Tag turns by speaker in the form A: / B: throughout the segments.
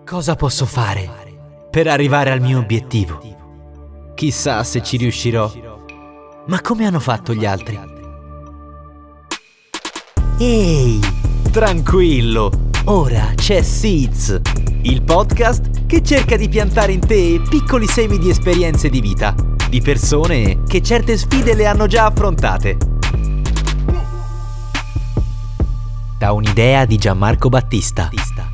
A: Cosa posso fare per arrivare al mio obiettivo? Chissà se ci riuscirò. Ma come hanno fatto gli altri? Ehi, tranquillo! Ora c'è Seeds, il podcast che cerca di piantare in te piccoli semi di esperienze di vita, di persone che certe sfide le hanno già affrontate. Da un'idea di Gianmarco Battista.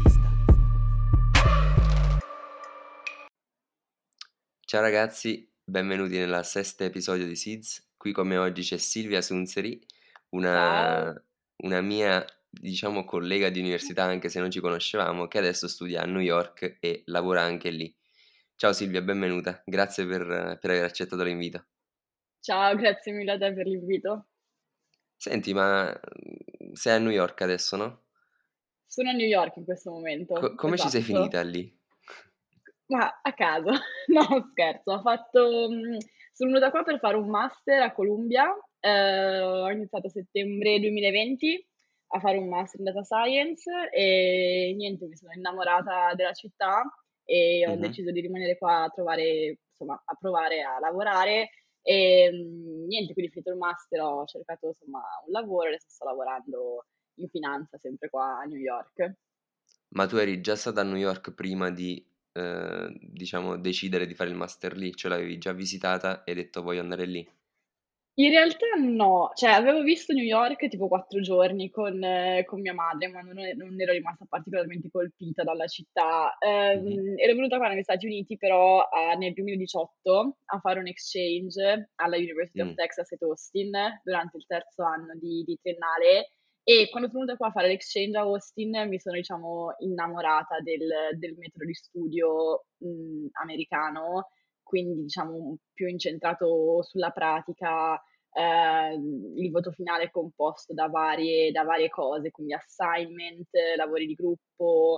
B: Ciao ragazzi, benvenuti nella sesta episodio di Seeds. Qui con me oggi c'è Silvia Sunzeri, una mia, collega di università, anche se non ci conoscevamo, che adesso studia a New York e lavora anche lì. Ciao Silvia, benvenuta. Grazie per aver accettato l'invito.
C: Ciao, grazie mille a te per l'invito.
B: Senti, ma sei a New York adesso, no?
C: Sono a New York in questo momento.
B: Come ci sei
C: esatto.
B: finita lì?
C: Ma a caso, no scherzo, sono venuta qua per fare un master a Columbia, ho iniziato a settembre 2020 a fare un master in data science e niente, mi sono innamorata della città e ho
B: Mhm.
C: deciso di rimanere qua a provare a lavorare e niente, quindi finito il master ho cercato un lavoro, adesso sto lavorando in finanza sempre qua a New York.
B: Ma tu eri già stata a New York prima di, decidere di fare il master lì? Cioè l'avevi già visitata e hai detto voglio andare lì?
C: In realtà no, cioè avevo visto New York tipo 4 giorni con mia madre, ma non ero rimasta particolarmente colpita dalla città.
B: Mhm.
C: Ero venuta qua negli Stati Uniti però nel 2018 a fare un exchange alla University of
B: Mm.
C: Texas at Austin durante il terzo anno di triennale e quando sono venuta qua a fare l'exchange a Austin mi sono diciamo innamorata del metodo di studio americano, quindi diciamo più incentrato sulla pratica. Il voto finale è composto da varie cose, quindi assignment, lavori di gruppo,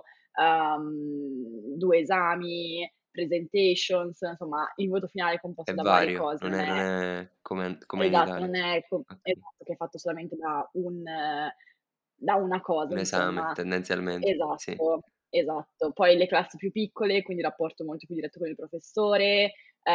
C: 2 esami, presentations, insomma, il voto finale è
B: È
C: composto da varie
B: vario,
C: cose,
B: non
C: non
B: è, non
C: è
B: è come in
C: esatto,
B: Italia.
C: non è
B: Ok.
C: esatto, che è fatto solamente da una cosa,
B: Un esame,
C: insomma.
B: tendenzialmente, sì.
C: Esatto, esatto. Poi le classi più piccole, quindi rapporto molto più diretto con il professore,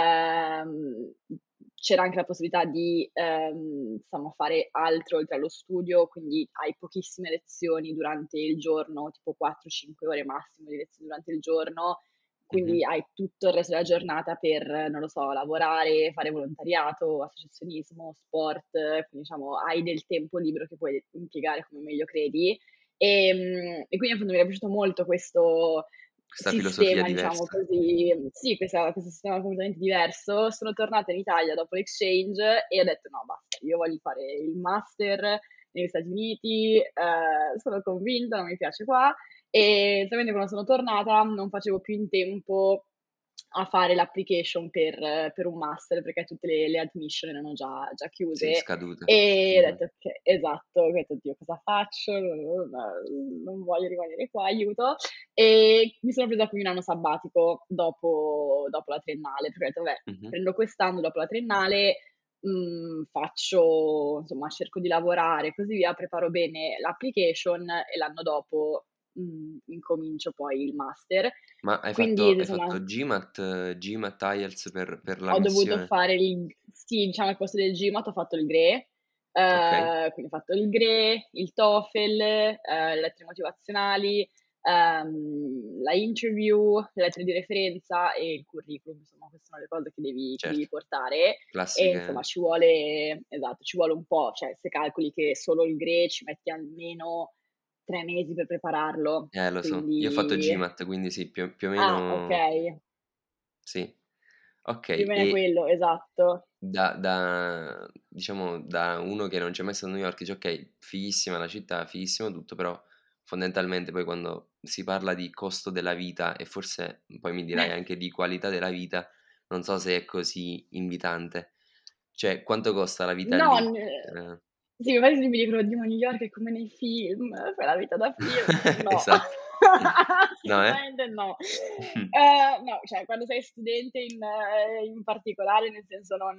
C: c'era anche la possibilità di, fare altro oltre allo studio, quindi hai pochissime lezioni durante il giorno, tipo 4, 5 ore massimo di lezioni durante il giorno,
B: Mhm.
C: quindi hai tutto il resto della giornata per, non lo so, lavorare, fare volontariato, associazionismo, sport, quindi diciamo hai del tempo libero che puoi impiegare come meglio credi. E quindi appunto mi era piaciuto molto questo
B: Questa filosofia
C: sistema, diciamo
B: diversa.
C: così, sì, questo sistema completamente diverso. Sono tornata in Italia dopo l'exchange e ho detto no, basta, io voglio fare il master negli Stati Uniti, sono convinta, non mi piace qua. E solamente quando sono tornata non facevo più in tempo a fare l'application per un master perché tutte le admission erano già
B: Sì,
C: chiuse
B: scaduta.
C: e ho
B: Mhm.
C: detto che esatto, ho detto oddio cosa faccio? Non voglio rimanere qua, aiuto. E mi sono presa quindi un anno sabbatico dopo la triennale, perché ho detto vabbè,
B: Mhm.
C: prendo quest'anno dopo la triennale, faccio, insomma, cerco di lavorare e così via, preparo bene l'application e l'anno dopo incomincio poi il master.
B: Ma hai
C: Quindi,
B: fatto
C: insomma,
B: GMAT IELTS per
C: ho dovuto
B: l'ammissione?
C: fare sì, diciamo al posto del GMAT ho fatto il GRE,
B: Ok,
C: quindi ho fatto il GRE, il TOEFL, le lettere motivazionali, la interview, le lettere di referenza e il curriculum, insomma, queste sono le cose che devi
B: certo,
C: portare e insomma
B: classiche.
C: ci vuole un po', cioè se calcoli che solo il GRE ci metti almeno 3 mesi per prepararlo,
B: Lo so. Io ho fatto
C: quindi
B: GMAT, quindi sì, più o meno
C: okay,
B: sì.
C: più o
B: Ok,
C: meno è
B: e
C: quello, esatto.
B: da uno che non c'è mai stato a New York dice: "Okay, fighissima la città, fighissimo tutto", però fondamentalmente poi quando si parla di costo della vita e forse poi mi dirai anche di qualità della vita, non so se è così invitante. Cioè, quanto costa la vita
C: No,
B: lì? Ehm,
C: sì, infatti tutti mi dicono: "Oddio, ma New York è come nei film, fai la vita da film." No,
B: esatto. No, eh?
C: assolutamente no. No, cioè quando sei studente in particolare, nel senso non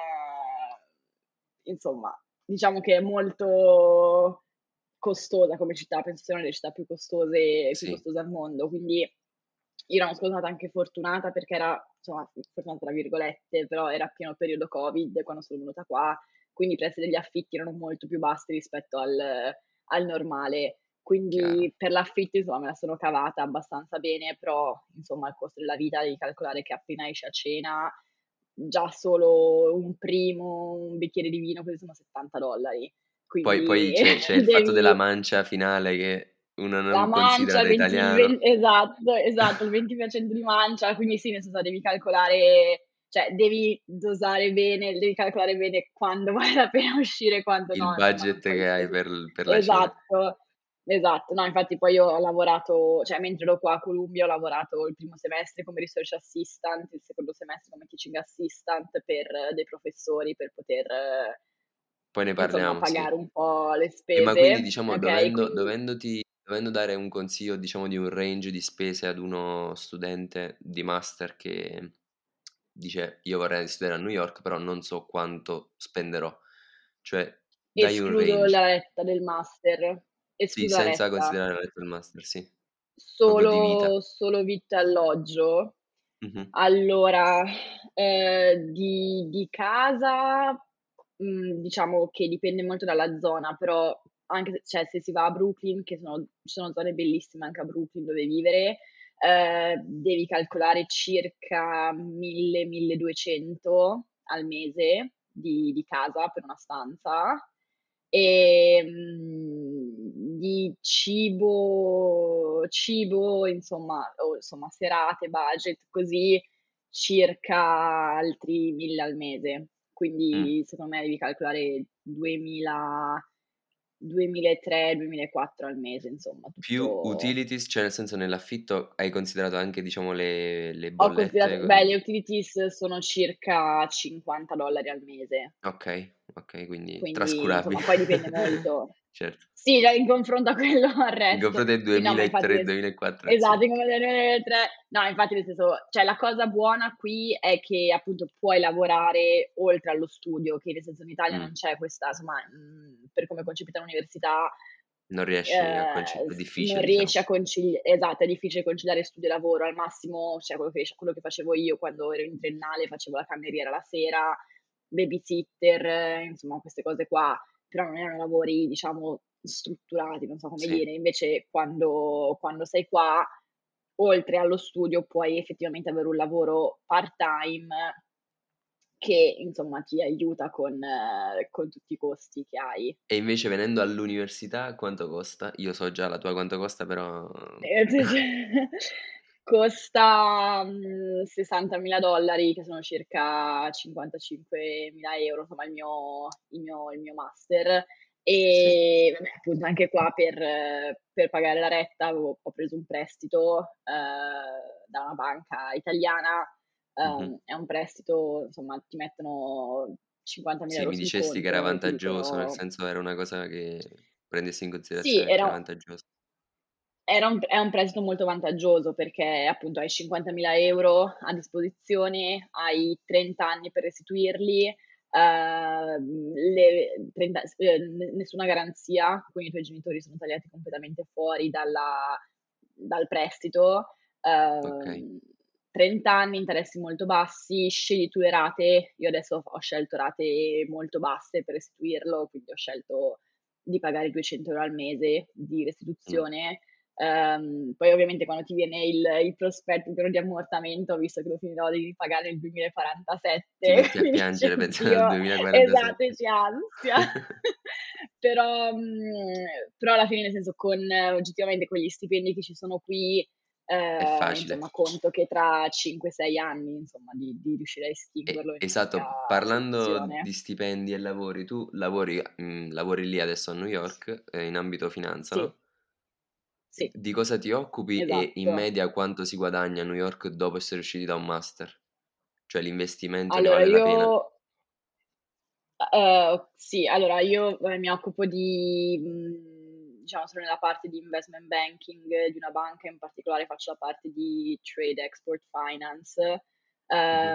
C: insomma, diciamo che è molto costosa come città, penso sia una delle città più
B: Sì.
C: costose al mondo, quindi io l'anno scorso sono stata anche fortunata perché era, insomma, fortunata tra virgolette, però era pieno periodo Covid quando sono venuta qua, quindi i prezzi degli affitti erano molto più bassi rispetto al normale.
B: chiaro.
C: Quindi per l'affitto, insomma, me la sono cavata abbastanza bene, però, insomma, il costo della vita devi calcolare che appena esci a cena, già solo un primo, un bicchiere di vino, questi sono $70.
B: Poi
C: Quindi
B: c'è il fatto della
C: devi
B: mancia finale che uno
C: la
B: non considera
C: mancia,
B: da
C: il
B: italiano.
C: esatto, il 20% di mancia, quindi sì, nel senso devi calcolare, cioè devi dosare bene, devi calcolare bene quando vale la pena uscire e quando
B: Il
C: no, insomma, non
B: budget
C: puoi
B: che hai
C: così.
B: per la cena.
C: Esatto, esatto. No, infatti poi io ho lavorato, cioè mentre ero qua a Columbia ho lavorato il primo semestre come research assistant, il secondo semestre come teaching assistant per dei professori per poter,
B: Poi ne
C: insomma,
B: parliamo, sì.
C: pagare un po' le
B: Ma quindi
C: spese,
B: diciamo
C: ok? Quindi
B: dovendo dare un consiglio, diciamo, di un range di spese ad uno studente di master che dice io vorrei studiare a New York, però non so quanto spenderò. Cioè, dai un
C: escludo
B: range.
C: la retta del master,
B: Sì,
C: escludo la
B: senza
C: retta,
B: considerare la retta del master, sì. Proprio di vita.
C: solo vitto e alloggio.
B: Mh-mh.
C: Allora, di casa, diciamo che dipende molto dalla zona, però anche cioè se si va a Brooklyn, ci sono zone bellissime anche a Brooklyn dove vivere, devi calcolare circa 1000, 1200 al mese di casa per una stanza. Di cibo, insomma, o insomma serate, budget, così circa altri 1000 al mese.
B: Mh.
C: Quindi secondo me devi calcolare 2000, 2003, 2004 al mese, insomma,
B: Più
C: tutto.
B: utilities, cioè nel senso nell'affitto hai considerato anche diciamo le
C: Ho considerato,
B: bollette
C: beh,
B: con
C: le utilities sono circa $50 al mese.
B: okay, quindi
C: Quindi, insomma,
B: trascurabili.
C: poi dipende molto.
B: Certo.
C: Sì, in confronto a quello al
B: In
C: resto.
B: confronto del
C: Sì, no, ma infatti
B: 2003, 2004, sì.
C: esatto, in confronto al 2003, no, infatti nel senso, cioè la cosa buona qui è che appunto puoi lavorare oltre allo studio, che nel senso in Italia
B: Mh.
C: non c'è questa, insomma, per come è concepita l'università,
B: Non riesci a è
C: non
B: difficile diciamo.
C: riesci a esatto, è difficile conciliare studio e lavoro. Al massimo, cioè quello che facevo io quando ero in triennale, facevo la cameriera la sera, babysitter, insomma queste cose qua, però non erano lavori, diciamo, strutturati, non so come
B: Sì.
C: dire. Invece quando sei qua, oltre allo studio, puoi effettivamente avere un lavoro part-time che, insomma, ti aiuta con tutti i costi che hai.
B: E invece venendo all'università quanto costa? Io so già la tua quanto costa, però
C: Sì, sì. Costa, $60.000, che sono circa 55.000 €, insomma il mio master.
B: sì.
C: Vabbè, appunto anche qua per pagare la retta ho preso un prestito, da una banca italiana.
B: Mh-mh.
C: È un prestito, insomma, ti mettono 50.000
B: Sì,
C: €
B: mi
C: sul
B: dicesti che era
C: conto e ti
B: vantaggioso, nel
C: dicono
B: senso era una cosa che prendessi in
C: sì,
B: considerazione, che era vantaggiosa.
C: è un prestito molto vantaggioso perché appunto hai 50.000 € a disposizione, hai 30 anni per restituirli, nessuna garanzia, quindi i tuoi genitori sono tagliati completamente fuori dal prestito,
B: Okay.
C: ehm, 30 anni, interessi molto bassi, scegli tu le rate. Io adesso ho scelto rate molto basse per restituirlo, quindi ho scelto di pagare 200 € al mese di
B: Mh.
C: restituzione. Poi ovviamente quando ti viene il prospetto, il piano di ammortamento, visto che lo finirò di ripagare nel
B: Ti
C: 2047,
B: metti a
C: quindi dici:
B: piangere pensando al
C: "Oddio", esatto,
B: 2047.
C: dici: "Ansia". Però però alla fine, nel senso, oggettivamente con gli stipendi che ci sono qui,
B: È facile.
C: insomma conto che tra 5, 6 anni, insomma, di riuscire a estinguerlo in
B: Esatto,
C: un'unica
B: parlando
C: soluzione.
B: di stipendi e lavori, tu lavori lì adesso a New York, in ambito finanza,
C: Sì,
B: no,
C: sì,
B: di cosa ti occupi e in
C: esatto.
B: media quanto si guadagna a New York dopo essere usciti da un master? Cioè l'investimento ne
C: Allora
B: vale la pena?
C: sì, allora io, mi occupo diciamo sono nella parte di investment banking di una banca, in particolare faccio la parte di trade export finance,
B: Mh-mh.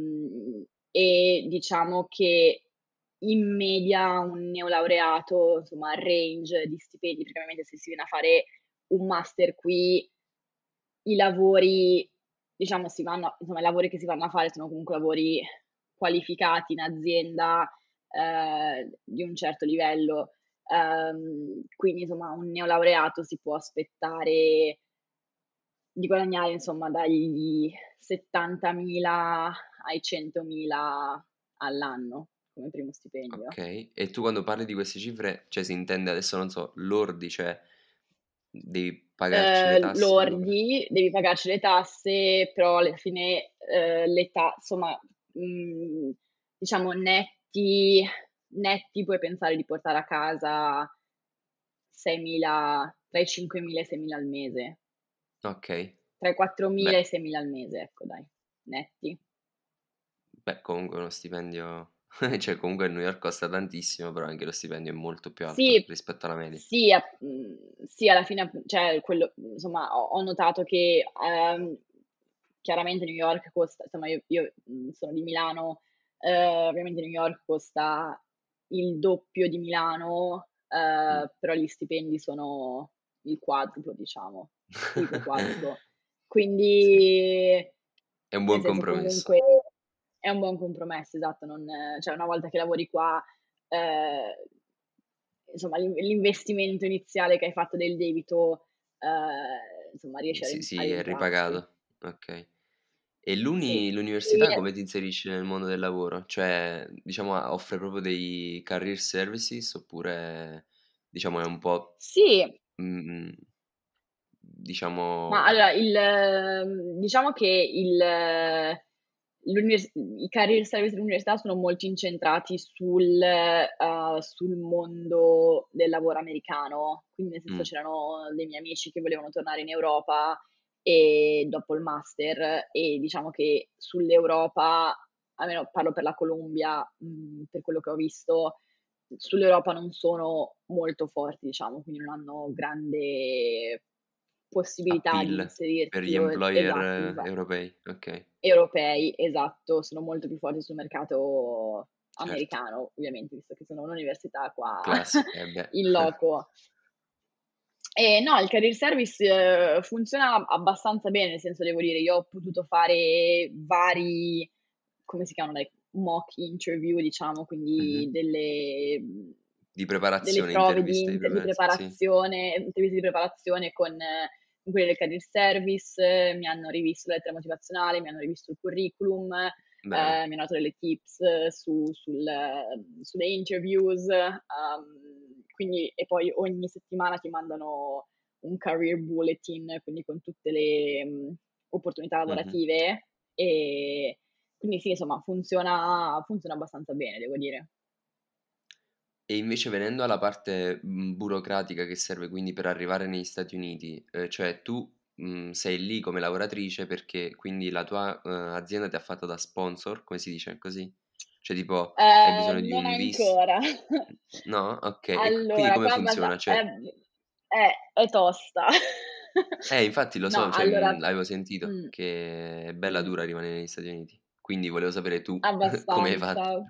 C: e diciamo che in media un neolaureato, insomma, range di stipendi, perché ovviamente se si viene a fare un master qui i lavori, diciamo, insomma, i lavori che si vanno a fare sono comunque lavori qualificati in azienda di un certo livello. Quindi, insomma, un neolaureato si può aspettare di guadagnare, insomma, dagli 70.000 ai 100.000 all'anno come primo stipendio.
B: Ok, e tu quando parli di queste cifre, cioè si intende adesso, non so, lordi, cioè devi pagarci le tasse sopra?
C: Lordi, devi pagarci le tasse, però alla fine insomma, diciamo netti puoi pensare di portare a casa 6.000, tra i 5.000 e i 6.000 al mese,
B: Ok,
C: tra i 4.000
B: beh,
C: e i 6.000 al mese, ecco dai, netti.
B: comunque uno stipendio, cioè comunque a New York costa tantissimo, però anche lo stipendio è molto più alto
C: Sì,
B: rispetto alla media.
C: sì, sì, alla fine, cioè, quello, insomma, ho notato che chiaramente New York costa, insomma, io sono di Milano, ovviamente New York costa il doppio di Milano,
B: Mm.
C: però gli stipendi sono il quadruplo, diciamo, triplo, quadruplo. Quindi,
B: È un
C: nel
B: buon
C: senso,
B: compromesso.
C: comunque è un buon compromesso, esatto, cioè una volta che lavori qua, eh, insomma, l'investimento iniziale che hai fatto del debito, insomma, riesci
B: Sì,
C: a
B: sì, è
C: rientrarti.
B: ripagato. Ok. E
C: Sì.
B: l'università come ti inserisce nel mondo del lavoro? Cioè, diciamo, offre proprio dei career services oppure, diciamo, è un po',
C: Sì,
B: mm,
C: ma
B: diciamo,
C: allora diciamo che i career service dell'università sono molto incentrati sul mondo del lavoro americano, quindi nel senso
B: mm,
C: c'erano dei miei amici che volevano tornare in Europa e dopo il master e diciamo che sull'Europa, almeno parlo per la Columbia, per quello che ho visto, sull'Europa non sono molto forti, diciamo, quindi non hanno grande possibilità di
B: appeal per gli
C: inserirti
B: employer
C: esatto,
B: europei. Ok,
C: europei, esatto, sono molto più forti sul mercato
B: certo.
C: americano, ovviamente, visto che sono un'università qua
B: Classico, beh.
C: in loco. E no, il career service funziona abbastanza bene, nel senso devo dire, io ho potuto fare vari, come si chiamano, like, mock interview, diciamo, quindi
B: Mhm. Di
C: delle
B: preparazione,
C: prove
B: interviste di
C: di
B: preparazione, sì.
C: preparazione, interviste di preparazione con quelli del career service, mi hanno rivisto la lettera motivazionale, mi hanno rivisto il curriculum,
B: Bene.
C: mi hanno dato delle tips sulle interviews, quindi, e poi ogni settimana ti mandano un career bulletin, quindi con tutte le opportunità
B: Mhm.
C: lavorative e quindi sì, insomma, funziona abbastanza bene, devo dire.
B: E invece venendo alla parte, burocratica che serve quindi per arrivare negli Stati Uniti, cioè tu, sei lì come lavoratrice perché quindi la tua, azienda ti ha fatto da sponsor, come si dice, così? Cioè tipo hai bisogno di
C: Non
B: un vis
C: ancora.
B: no? Okay, e quindi
C: Allora,
B: come
C: qua
B: funziona? Cioè
C: è tosta.
B: infatti lo
C: No,
B: so, cioè,
C: allora,
B: l'avevo sentito
C: mh,
B: che è bella
C: mh.
B: dura rimanere negli Stati Uniti. Quindi volevo sapere tu come hai fatto.
C: Abbastanza.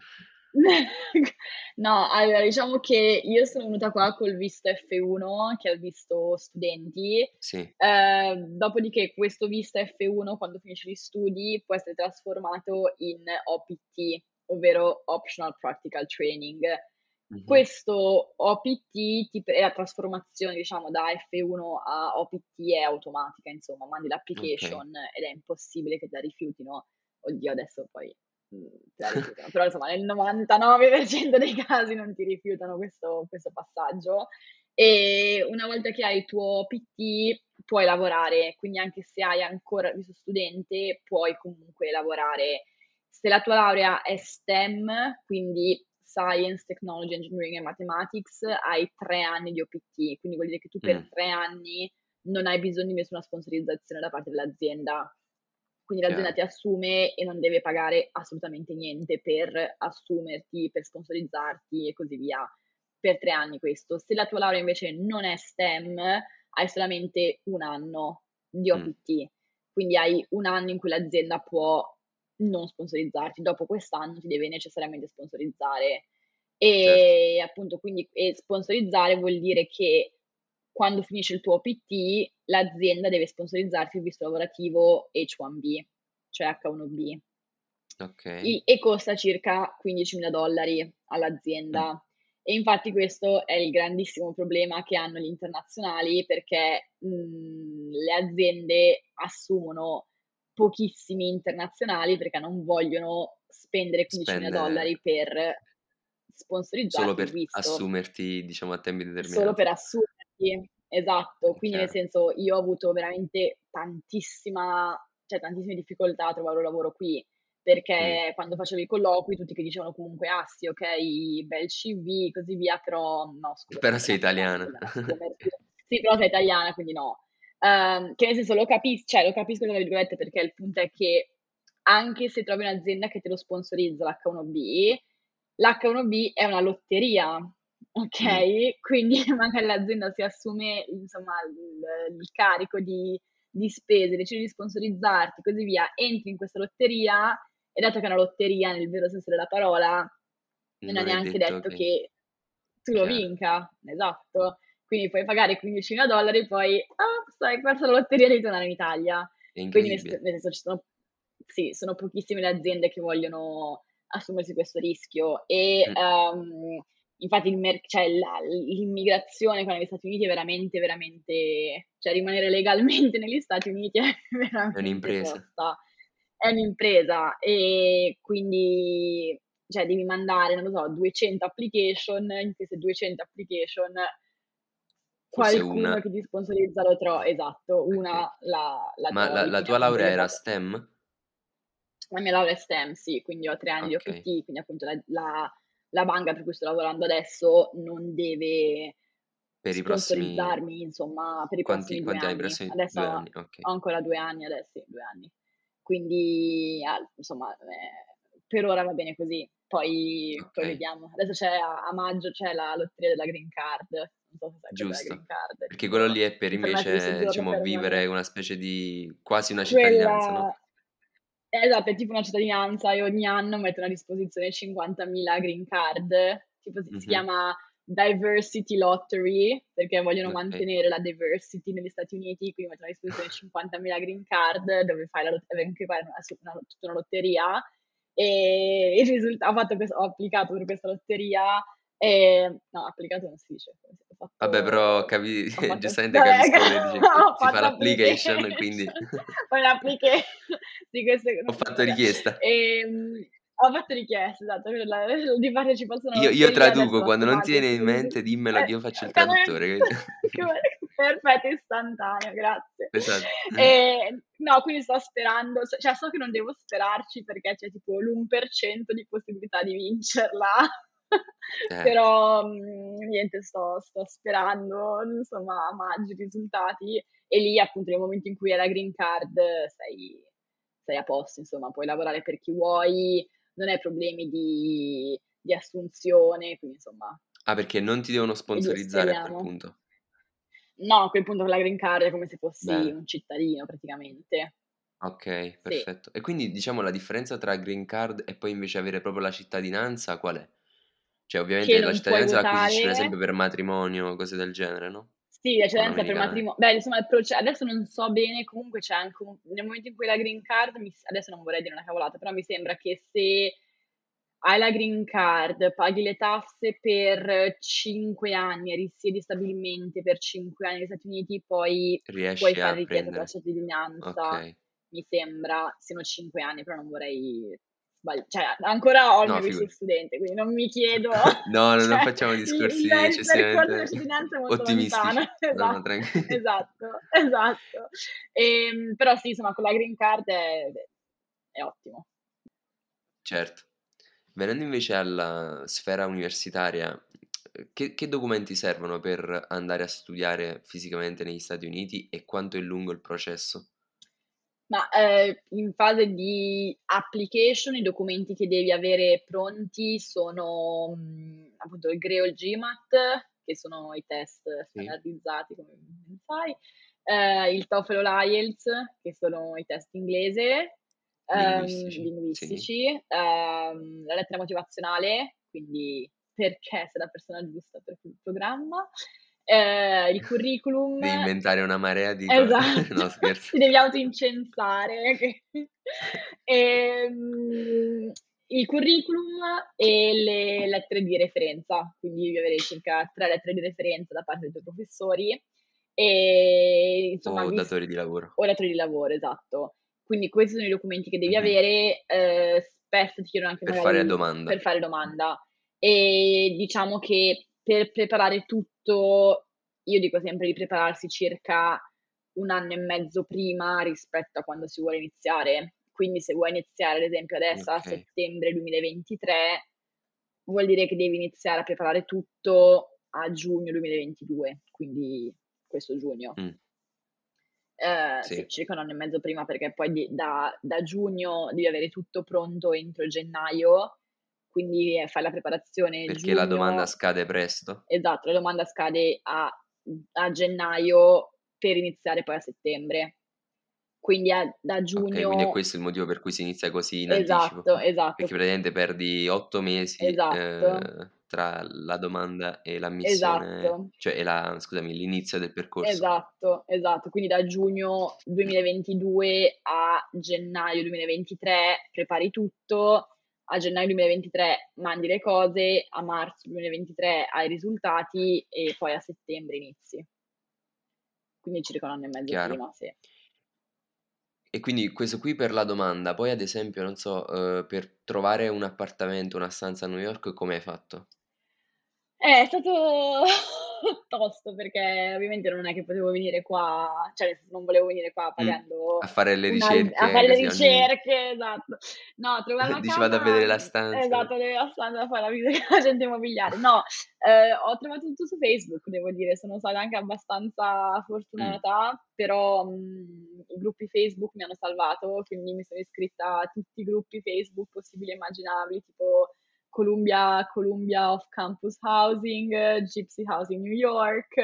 C: No, allora diciamo che io sono venuta qua col visto F1, che è il visto studenti,
B: Sì,
C: dopodiché questo visto F1 quando finisci gli studi può essere trasformato in OPT, ovvero Optional Practical Training.
B: mh-mh,
C: Questo OPT, la trasformazione diciamo da F1 a OPT è automatica, insomma, mandi
B: okay,
C: l'application ed è impossibile che te la rifiutino. Oddio, adesso poi te la rifiutano, però insomma nel 99% dei casi non ti rifiutano questo passaggio. E una volta che hai il tuo PT puoi lavorare, quindi anche se hai ancora il visto studente puoi comunque lavorare. Se la tua laurea è STEM, quindi Science, Technology, Engineering e Mathematics, hai 3 anni di OPT, quindi vuol dire che tu per
B: mh,
C: 3 anni non hai bisogno di nessuna sponsorizzazione da parte dell'azienda. Quindi l'azienda
B: chiaro,
C: ti assume e non deve pagare assolutamente niente per assumerti, per sponsorizzarti e così via. Per 3 anni questo. Se la tua laurea invece non è STEM, hai solamente un anno di
B: mh,
C: OPT. Quindi hai un anno in cui l'azienda può non sponsorizzarti. Dopo quest'anno ti deve necessariamente sponsorizzare.
B: certo,
C: E appunto, quindi sponsorizzare vuol dire che quando finisce il tuo OPT, l'azienda deve sponsorizzarti il visto lavorativo H1B, cioè H1B,
B: Ok.
C: e costa circa $15.000 all'azienda. E infatti questo è il grandissimo problema che hanno gli internazionali, perché le aziende assumono pochissimi internazionali perché non vogliono spendere
B: Spendere
C: $15.000 per
B: solo
C: sponsorizzarti il
B: per
C: visto
B: assumerti, diciamo, a tempo
C: solo
B: indeterminato.
C: per assumerti. Esatto, quindi nel
B: Chiaro.
C: senso io ho avuto veramente cioè tantissime difficoltà a trovare un lavoro qui, perché quando facevo i colloqui tutti che dicevano comunque: "Ah sì, okay, bel CV, così via", però no, scusa,
B: Però
C: siamo
B: sei
C: internazionali, non
B: italiana.
C: vogliamo assumerti. Sì, però sei italiana, quindi no. Che nel senso cioè lo capisco tra virgolette, perché il punto è che anche se trovi un'azienda che te lo sponsorizza l'H1B, l'H1B è una lotteria, okay, quindi magari l'azienda si assume insomma il carico di spese, decide di sponsorizzarti, così via, entri in questa lotteria e dato che è una lotteria nel vero senso della parola, non è
B: Non è
C: neanche
B: detto
C: detto
B: che
C: che tu lo
B: chiaro.
C: vinca, esatto. Quindi puoi pagare $15.000 e poi: "Ah, sai, hai perso la lotteria, devi tornare in Italia".
B: È
C: Quindi
B: incredibile.
C: nel senso sì, sono pochissime le aziende che vogliono assumersi questo rischio e,
B: Mh.
C: infatti cioè l'immigrazione qua negli Stati Uniti è veramente, veramente, cioè rimanere legalmente negli Stati Uniti è
B: È
C: veramente
B: un'impresa.
C: tosta. È un'impresa e quindi, cioè devi mandare, non lo so, 200 application, in queste 200 application
B: Forse
C: qualcuno
B: una
C: che ti sponsorizza lo esatto,
B: okay.
C: una la
B: Ma la
C: trovi,
B: la
C: quindi
B: tua
C: appunto
B: laurea
C: io ho
B: era
C: fatto
B: STEM?
C: la mia laurea è STEM, sì, quindi ho 3 anni di
B: Okay.
C: OPT, quindi appunto la banca per cui sto lavorando adesso non deve
B: Per i prossimi
C: sponsorizzarmi, insomma, per i
B: quanti
C: prossimi 2
B: quanti anni? I
C: anni.
B: prossimi
C: Adesso
B: 2 anni, okay.
C: ho ancora 2 anni, sì, 2 anni. Quindi, insomma, per ora va bene così. Poi
B: Okay,
C: vediamo. Adesso a maggio c'è la lotteria della green card. Non so se sai cos'è la green
B: giusto.
C: card, è
B: Perché quello
C: tipo
B: lì è per
C: ti permette di
B: invece,
C: soggiorno
B: diciamo, vivere
C: permanente.
B: una specie di quasi una cittadinanza, no?
C: Quella esatto, è tipo una cittadinanza e ogni anno mettono a disposizione 50.000 green card, tipo si
B: Mh-mh.
C: chiama Diversity Lottery, perché vogliono
B: Okay.
C: mantenere la diversity negli Stati Uniti, quindi mettono a disposizione 50.000 green card dove fai anche qua è tutta una lotteria e il risulta ho applicato per questa lotteria no, applicato non si dice,
B: Vabbè, però capi
C: ho fatto
B: giustamente
C: vabbè,
B: capisco che dice che
C: ho
B: si fa
C: fatto
B: l'application, quindi
C: application, poi l'application sì, queste
B: ho
C: no,
B: fatto
C: vabbè.
B: richiesta.
C: Ho fatto richiesta, esatto, di partecipazione alla
B: Io
C: lotteria, adesso
B: traduco,
C: la
B: quando non ti viene
C: tematica
B: in mente dimmelo che io faccio il
C: quando
B: traduttore, capito?
C: perfetto, istantaneo, grazie.
B: Esatto.
C: No, quindi sto sperando, cioè so che non devo sperarci perché c'è tipo l'1% di possibilità di vincerla,
B: Eh,
C: però niente, sto sperando, insomma, a maggio i risultati e lì appunto nel momento in cui hai la green card sei a posto, insomma, puoi lavorare per chi vuoi, non hai problemi di assunzione, quindi insomma,
B: perché non ti devono sponsorizzare a quel
C: speriamo.
B: punto.
C: No, a quel punto con la green card è come se fossi
B: Bene.
C: un cittadino praticamente.
B: Okay,
C: Sì,
B: perfetto. E quindi diciamo la differenza tra green card e poi invece avere proprio la cittadinanza qual è? Cioè
C: che
B: ovviamente la
C: non puoi
B: cittadinanza l'acquisisci per esempio
C: votare.
B: per matrimonio, cose del genere, no,
C: Sì, la
B: o
C: cedenza per
B: l'americana
C: matrimonio. Beh, insomma, adesso non so bene, comunque c'è anche nel momento in cui la green card, adesso non vorrei dire una cavolata, però mi sembra che se hai la green card, paghi le tasse per 5 anni e risiedi stabilmente per 5 anni negli Stati Uniti, poi puoi
B: riesci
C: fare
B: a
C: richiesta per la
B: prendere.
C: cittadinanza,
B: Okay.
C: mi sembra, siano 5 anni, però non vorrei cioè ancora ho il
B: No,
C: mio visto di
B: figurati.
C: studente, quindi non mi chiedo
B: No, non
C: cioè
B: facciamo discorsi
C: il percorso della
B: eccessivamente
C: cittadinanza è molto lontano.
B: ottimistici. No, no,
C: Esatto, esatto. Però sì, insomma, con la green card è ottimo.
B: certo. Venendo invece alla sfera universitaria, che documenti servono per andare a studiare fisicamente negli Stati Uniti e quanto è lungo il processo?
C: Ma, in fase di application i documenti che devi avere pronti sono, appunto il GRE o il GMAT, che sono i test
B: Sì,
C: standardizzati come ben sai, il TOEFL o l'IELTS, che sono i test inglese,
B: linguistici, sì.
C: linguistici, la lettera motivazionale, quindi perché sei la persona giusta per quel programma, Il curriculum,
B: Devi inventare una marea di
C: esatto,
B: no scherzo.
C: ti devi autoincensare. Il curriculum e le lettere di referenza, quindi devi avere circa 3 lettere di referenza da parte dei tuoi professori e insomma
B: O datori di lavoro.
C: o datori di lavoro, esatto. Quindi questi sono i documenti che devi
B: Mh-mh.
C: avere, spesso ti chiedono anche
B: Per fare
C: magari
B: domanda.
C: per fare domanda. E diciamo che per preparare tutto, io dico sempre di prepararsi circa 1 anno e mezzo prima rispetto a quando si vuole iniziare. Quindi se vuoi iniziare ad esempio adesso a
B: Okay.
C: settembre 2023, vuol dire che devi iniziare a preparare tutto a giugno 2022, quindi questo giugno. Sì,
B: Sì,
C: circa 1 anno e mezzo prima, perché poi da giugno devi avere tutto pronto entro gennaio, quindi fai la preparazione
B: perché la domanda
C: giugno.
B: scade presto?
C: Esatto, la domanda scade a gennaio per iniziare poi a settembre. Quindi da
B: Okay, quindi è
C: giugno.
B: questo il motivo per cui si inizia così in anticipo.
C: Esatto, esatto,
B: Perché praticamente perdi 8 mesi,
C: esatto,
B: tra la domanda e l'ammissione
C: esatto.
B: cioè e la scusami, l'inizio del percorso.
C: Esatto, esatto. Quindi da giugno 2022 a gennaio 2023 prepari tutto, a gennaio 2023 mandi le cose, a marzo 2023 hai i risultati e poi a settembre inizi. Quindi circa 1 anno e mezzo
B: Chiaro.
C: prima, sì.
B: E quindi questo qui per la domanda, poi ad esempio, non so, per trovare un appartamento, una stanza a New York come hai fatto?
C: È stato tosto perché ovviamente non è che potevo venire qua, cioè nel senso non volevo venire qua
B: Mh. A
C: pagando
B: fare le
C: a
B: ricerche
C: fare le
B: così ogni
C: ricerche, esatto. No, trovare una
B: dici: "Vado a
C: casa,
B: vedere la stanza".
C: esatto, dove la stanno a fare la visita all'agente immobiliare. No, ho trovato tutto su Facebook, devo dire, sono stata anche abbastanza
B: Mh,
C: fortunata, però, i gruppi Facebook mi hanno salvato, quindi mi sono iscritta a tutti i gruppi Facebook possibili e immaginabili, tipo Columbia Off Campus Housing, Gypsy Housing New York,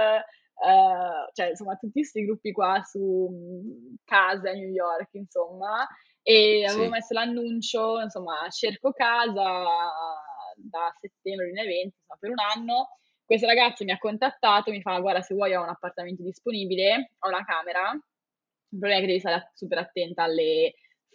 C: cioè insomma tutti 'sti gruppi qua su, case a New York insomma, e avevo
B: sì,
C: messo l'annuncio, insomma cerco casa da settembre 2020, insomma per 1 anno. Questo ragazzo mi ha contattato, mi fa: "Guarda se vuoi ho un appartamento disponibile, ho una camera, il problema è che devi stare super attenta alle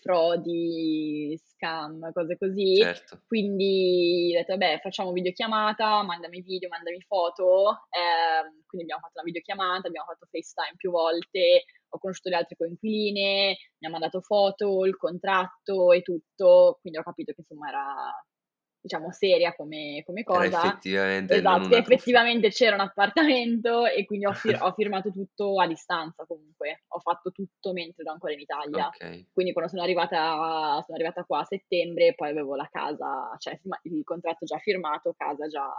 C: frodi, scam, cose così".
B: certo.
C: Quindi ho detto: "Vabbè, facciamo videochiamata, mandami video, mandami foto". Quindi abbiamo fatto una videochiamata, abbiamo fatto FaceTime più volte, ho conosciuto le altre coinquiline, mi ha mandato foto, il contratto e tutto, quindi ho capito che insomma era, diciamo, seria come
B: Era
C: cosa.
B: effettivamente non
C: Esatto, che
B: una truffa.
C: effettivamente c'era un appartamento e quindi ho firmato tutto a distanza comunque. Ho fatto tutto mentre ero ancora in Italia.
B: Okay.
C: Quindi quando sono arrivata qua a settembre, poi avevo la casa, cioè il contratto già firmato, casa già,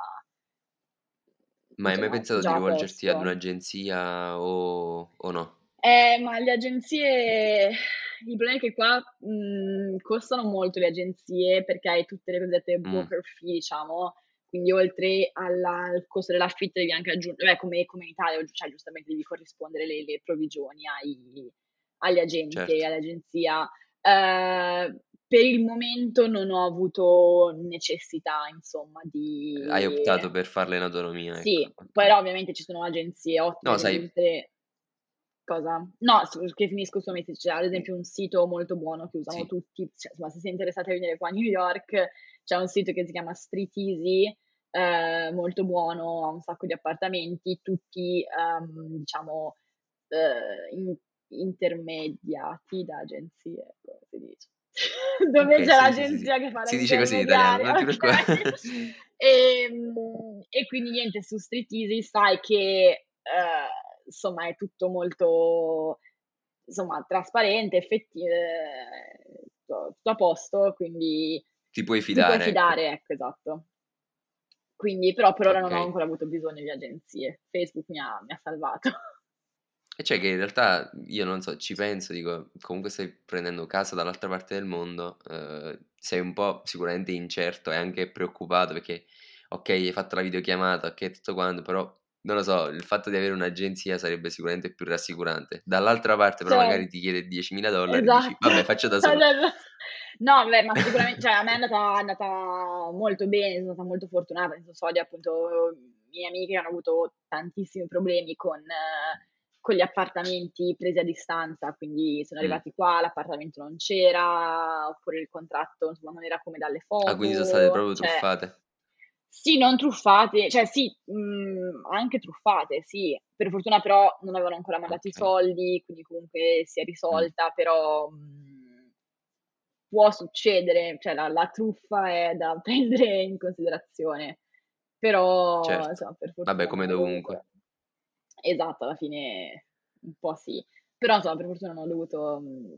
B: Ma hai mai
C: insomma,
B: pensato di
C: già a
B: rivolgerti ad
C: posto.
B: un'agenzia o no?
C: Ma le agenzie, il problema è che qua, costano molto le agenzie perché hai tutte le cosiddette
B: Mh,
C: broker fee, diciamo, quindi oltre al costo dell'affitto devi anche come in Italia, cioè giustamente devi corrispondere le provvigioni agli agenti e
B: certo.
C: all'agenzia. Per il momento non ho avuto necessità, insomma,
B: Hai
C: di.
B: optato per farla in autonomia, ecco,
C: Sì,
B: okay.
C: però ovviamente ci sono agenzie
B: No
C: ottime, ad esempio
B: sai
C: tutte. Cosa? No, che finisco su Messi, c'è ad esempio un sito molto buono che usano
B: sì,
C: tutti, cioè insomma se sei interessati a venire qua a New York, c'è un sito che si chiama Street Easy, molto buono, ha un sacco di appartamenti, tutti, diciamo, in intermediati da agenzie, come si dice? Dove
B: okay,
C: c'è
B: sì, sì, sì, sì.
C: l'agenzia che fa da
B: Si dice così in italiano, non
C: intermediaria,
B: ti preoccupa
C: okay. E quindi niente, su Street Easy sai che, insomma è tutto molto, insomma, trasparente, tutto a posto, quindi
B: ti puoi
C: ti puoi
B: fidare, ecco.
C: fidare, ecco, esatto. Quindi però per ora non ho
B: Okay.
C: ancora avuto bisogno di agenzie. Facebook mi ha salvato.
B: E cioè che in realtà io non so, ci penso, dico, comunque stai prendendo casa dall'altra parte del mondo, sei un po' sicuramente incerto e anche preoccupato perché, okay, hai fatto la videochiamata, okay, tutto quanto, però non lo so, il fatto di avere un'agenzia sarebbe sicuramente più rassicurante. Dall'altra parte però magari ti chiede $10.000 e dici:
C: Esatto.
B: "Vabbè, faccio da solo".
C: No, vabbè, ma cioè a me è andata molto bene, sono stata molto fortunata, nel senso so di appunto miei amiche che hanno avuto tantissimi problemi con gli appartamenti presi a distanza, quindi sono arrivati qua, l'appartamento non c'era, oppure il contratto insomma non era come dalle
B: Ah, quindi sono state
C: foto,
B: proprio
C: cioè
B: truffate.
C: sì, non truffate, cioè sì, anche truffate, sì. Per fortuna però non avevano ancora mandato i
B: Ok.
C: soldi, quindi comunque si è risolta, però può succedere, cioè la truffa è da prendere in considerazione, però
B: Certo.
C: insomma per
B: Vabbè,
C: fortuna non
B: come
C: ho
B: dovunque.
C: dovuto. Esatto, alla fine un po' sì, però insomma per fortuna non ho dovuto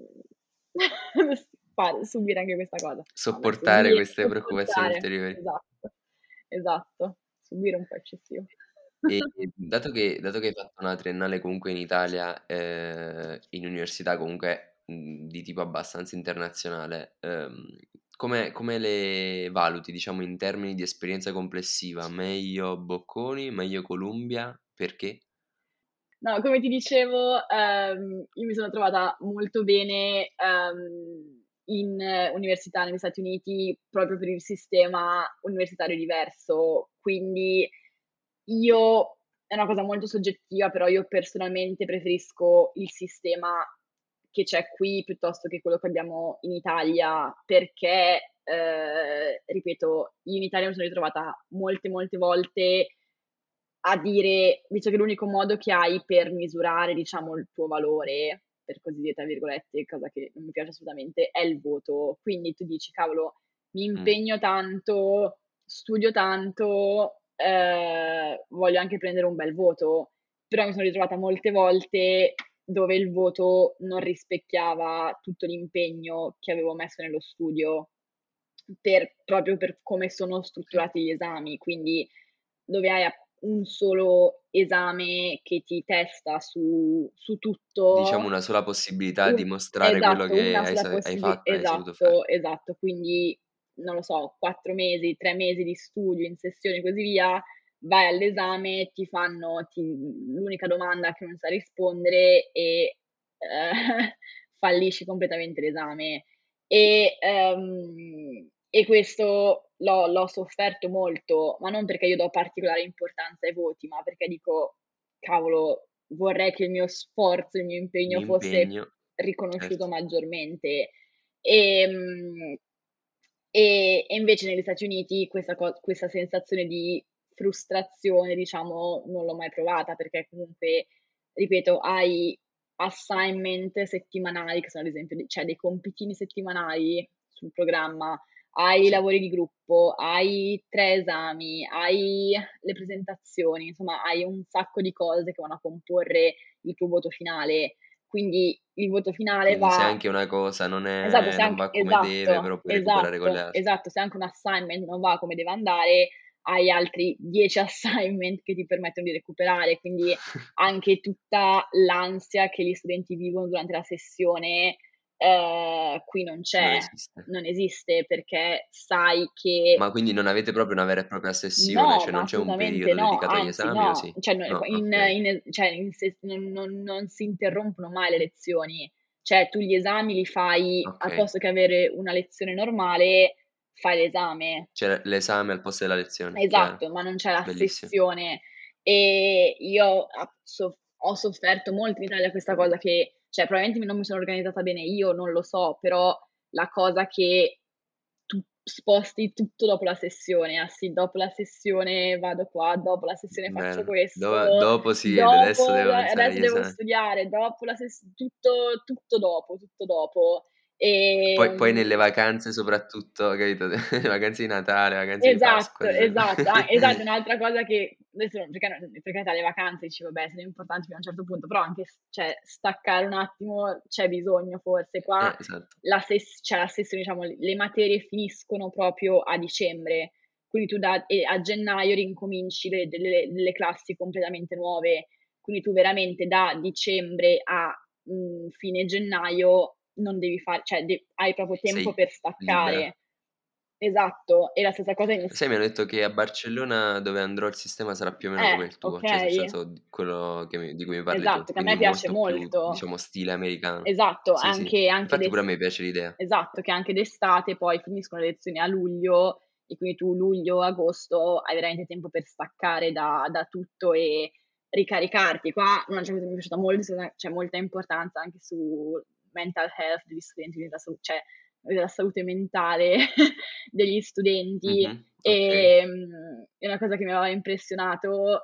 C: subire anche questa cosa. No, beh,
B: Sopportare queste preoccupazioni
C: sopportare,
B: ulteriori.
C: esatto, esatto, subire un po' eccessivo.
B: E dato che hai fatto una triennale comunque in Italia, in università comunque, di tipo abbastanza internazionale, come le valuti, diciamo, in termini di esperienza complessiva? Meglio Bocconi, meglio Columbia? Perché?
C: No, come ti dicevo, io mi sono trovata molto bene, in università negli Stati Uniti proprio per il sistema universitario diverso. Quindi io è una cosa molto soggettiva, però io personalmente preferisco il sistema che c'è qui piuttosto che quello che abbiamo in Italia, perché, ripeto, io in Italia mi sono ritrovata molte, molte volte a dire, visto che l'unico modo che hai per misurare, diciamo, il tuo valore, per così dire, tra virgolette, cosa che non mi piace assolutamente, è il voto. Quindi tu dici, cavolo, mi
B: Mh,
C: impegno tanto, studio tanto, voglio anche prendere un bel voto, però mi sono ritrovata molte volte dove il voto non rispecchiava tutto l'impegno che avevo messo nello studio, proprio per come sono
B: okay.
C: strutturati gli esami, quindi dove hai un solo esame che ti testa su
B: Diciamo
C: tutto,
B: una sola possibilità di
C: un
B: mostrare quello
C: esatto,
B: che
C: una sola
B: hai
C: possibi
B: fatto e hai saputo fare.
C: esatto, esatto. Quindi, non lo so, 4 mesi, 3 mesi di studio in sessione e così via, vai all'esame, l'unica domanda che non sai rispondere e, ehm, fallisci completamente l'esame. E questo l'ho sofferto molto, ma non perché io do particolare importanza ai voti, ma perché dico: "Cavolo, vorrei che il mio sforzo, il mio impegno fosse
B: L'impegno,
C: riconosciuto
B: certo.
C: maggiormente". Ehm, e invece negli Stati Uniti questa sensazione di frustrazione, diciamo, non l'ho mai provata, perché comunque, ripeto, hai assignment settimanali, che sono ad esempio cioè dei compitini settimanali sul programma, hai i
B: Sì.
C: lavori di gruppo, hai 3 esami, hai le presentazioni, insomma hai un sacco di cose che vanno a comporre il tuo voto finale. Quindi il voto finale
B: Quindi se
C: va.
B: anche una cosa
C: Esatto, se
B: non
C: anche
B: va come deve,
C: esatto,
B: però puoi recuperare con le
C: esatto,
B: altre.
C: esatto, se anche un assignment non va come deve andare, hai altri 10 assignment che ti permettono di recuperare, quindi anche tutta l'ansia che gli studenti vivono durante la sessione, qui non
B: Non
C: c'è,
B: esiste.
C: non esiste perché sai che.
B: Ma quindi non avete proprio una vera e propria sessione,
C: No,
B: cioè
C: ma
B: non c'è un
C: assolutamente
B: periodo
C: no,
B: dedicato agli
C: anzi
B: esami o
C: no,
B: sì?
C: cioè no
B: No,
C: in
B: okay.
C: in cioè in se non si interrompono mai le lezioni. Cioè tu gli esami li fai al
B: Okay.
C: posto che avere una lezione normale, fai l'esame.
B: C'è l'esame al posto della lezione, chiaro.
C: Esatto, ma non c'è la
B: Bellissimo.
C: sessione. E io ho sofferto molto in Italia questa cosa che cioè probabilmente non mi sono organizzata bene io, non lo so, però la cosa che tu sposti tutto dopo la sessione. Ah sì, dopo la sessione vado qua, dopo la sessione faccio
B: Bello.
C: questo,
B: Dopo si vede, adesso
C: dopo
B: devo
C: da
B: pensare
C: adesso
B: agli
C: devo
B: esami.
C: studiare, dopo la tutto dopo, tutto dopo.
B: Poi nelle
C: Ehm
B: vacanze soprattutto, capito, le vacanze di Natale, vacanze di Pasqua,
C: Esatto,
B: ad esempio.
C: esatto. Esatto, un'altra cosa che adesso per carità le vacanze dici: "Vabbè, sono importanti fino a un certo punto", però anche cioè staccare un attimo c'è bisogno forse. Qua
B: Esatto.
C: la sessione diciamo le materie finiscono proprio a dicembre, quindi tu a gennaio rincominci delle classi completamente nuove, quindi tu veramente da dicembre a, fine gennaio non devi cioè hai proprio tempo
B: Sei
C: per
B: libera.
C: staccare. Esatto, e la stessa cosa
B: Sai, mi hanno detto che a Barcellona, dove andrò, il sistema sarà più o meno come il tuo, cioè sul
C: okay,
B: senso di quello di cui mi parli tu,
C: esatto, che a
B: quindi
C: me piace
B: molto più,
C: molto.
B: diciamo, stile americano.
C: Esatto,
B: Sì, sì.
C: anche
B: Infatti pure a
C: d'es
B: me piace l'idea.
C: esatto, che anche d'estate poi finiscono le lezioni a luglio e quindi tu luglio, agosto hai veramente tempo per staccare da tutto e ricaricarti. Qua una cosa che mi è piaciuta molto, c'è molta importanza anche su mental health degli studenti, cioè della salute mentale degli studenti.
B: Ok.
C: E una cosa che mi aveva impressionato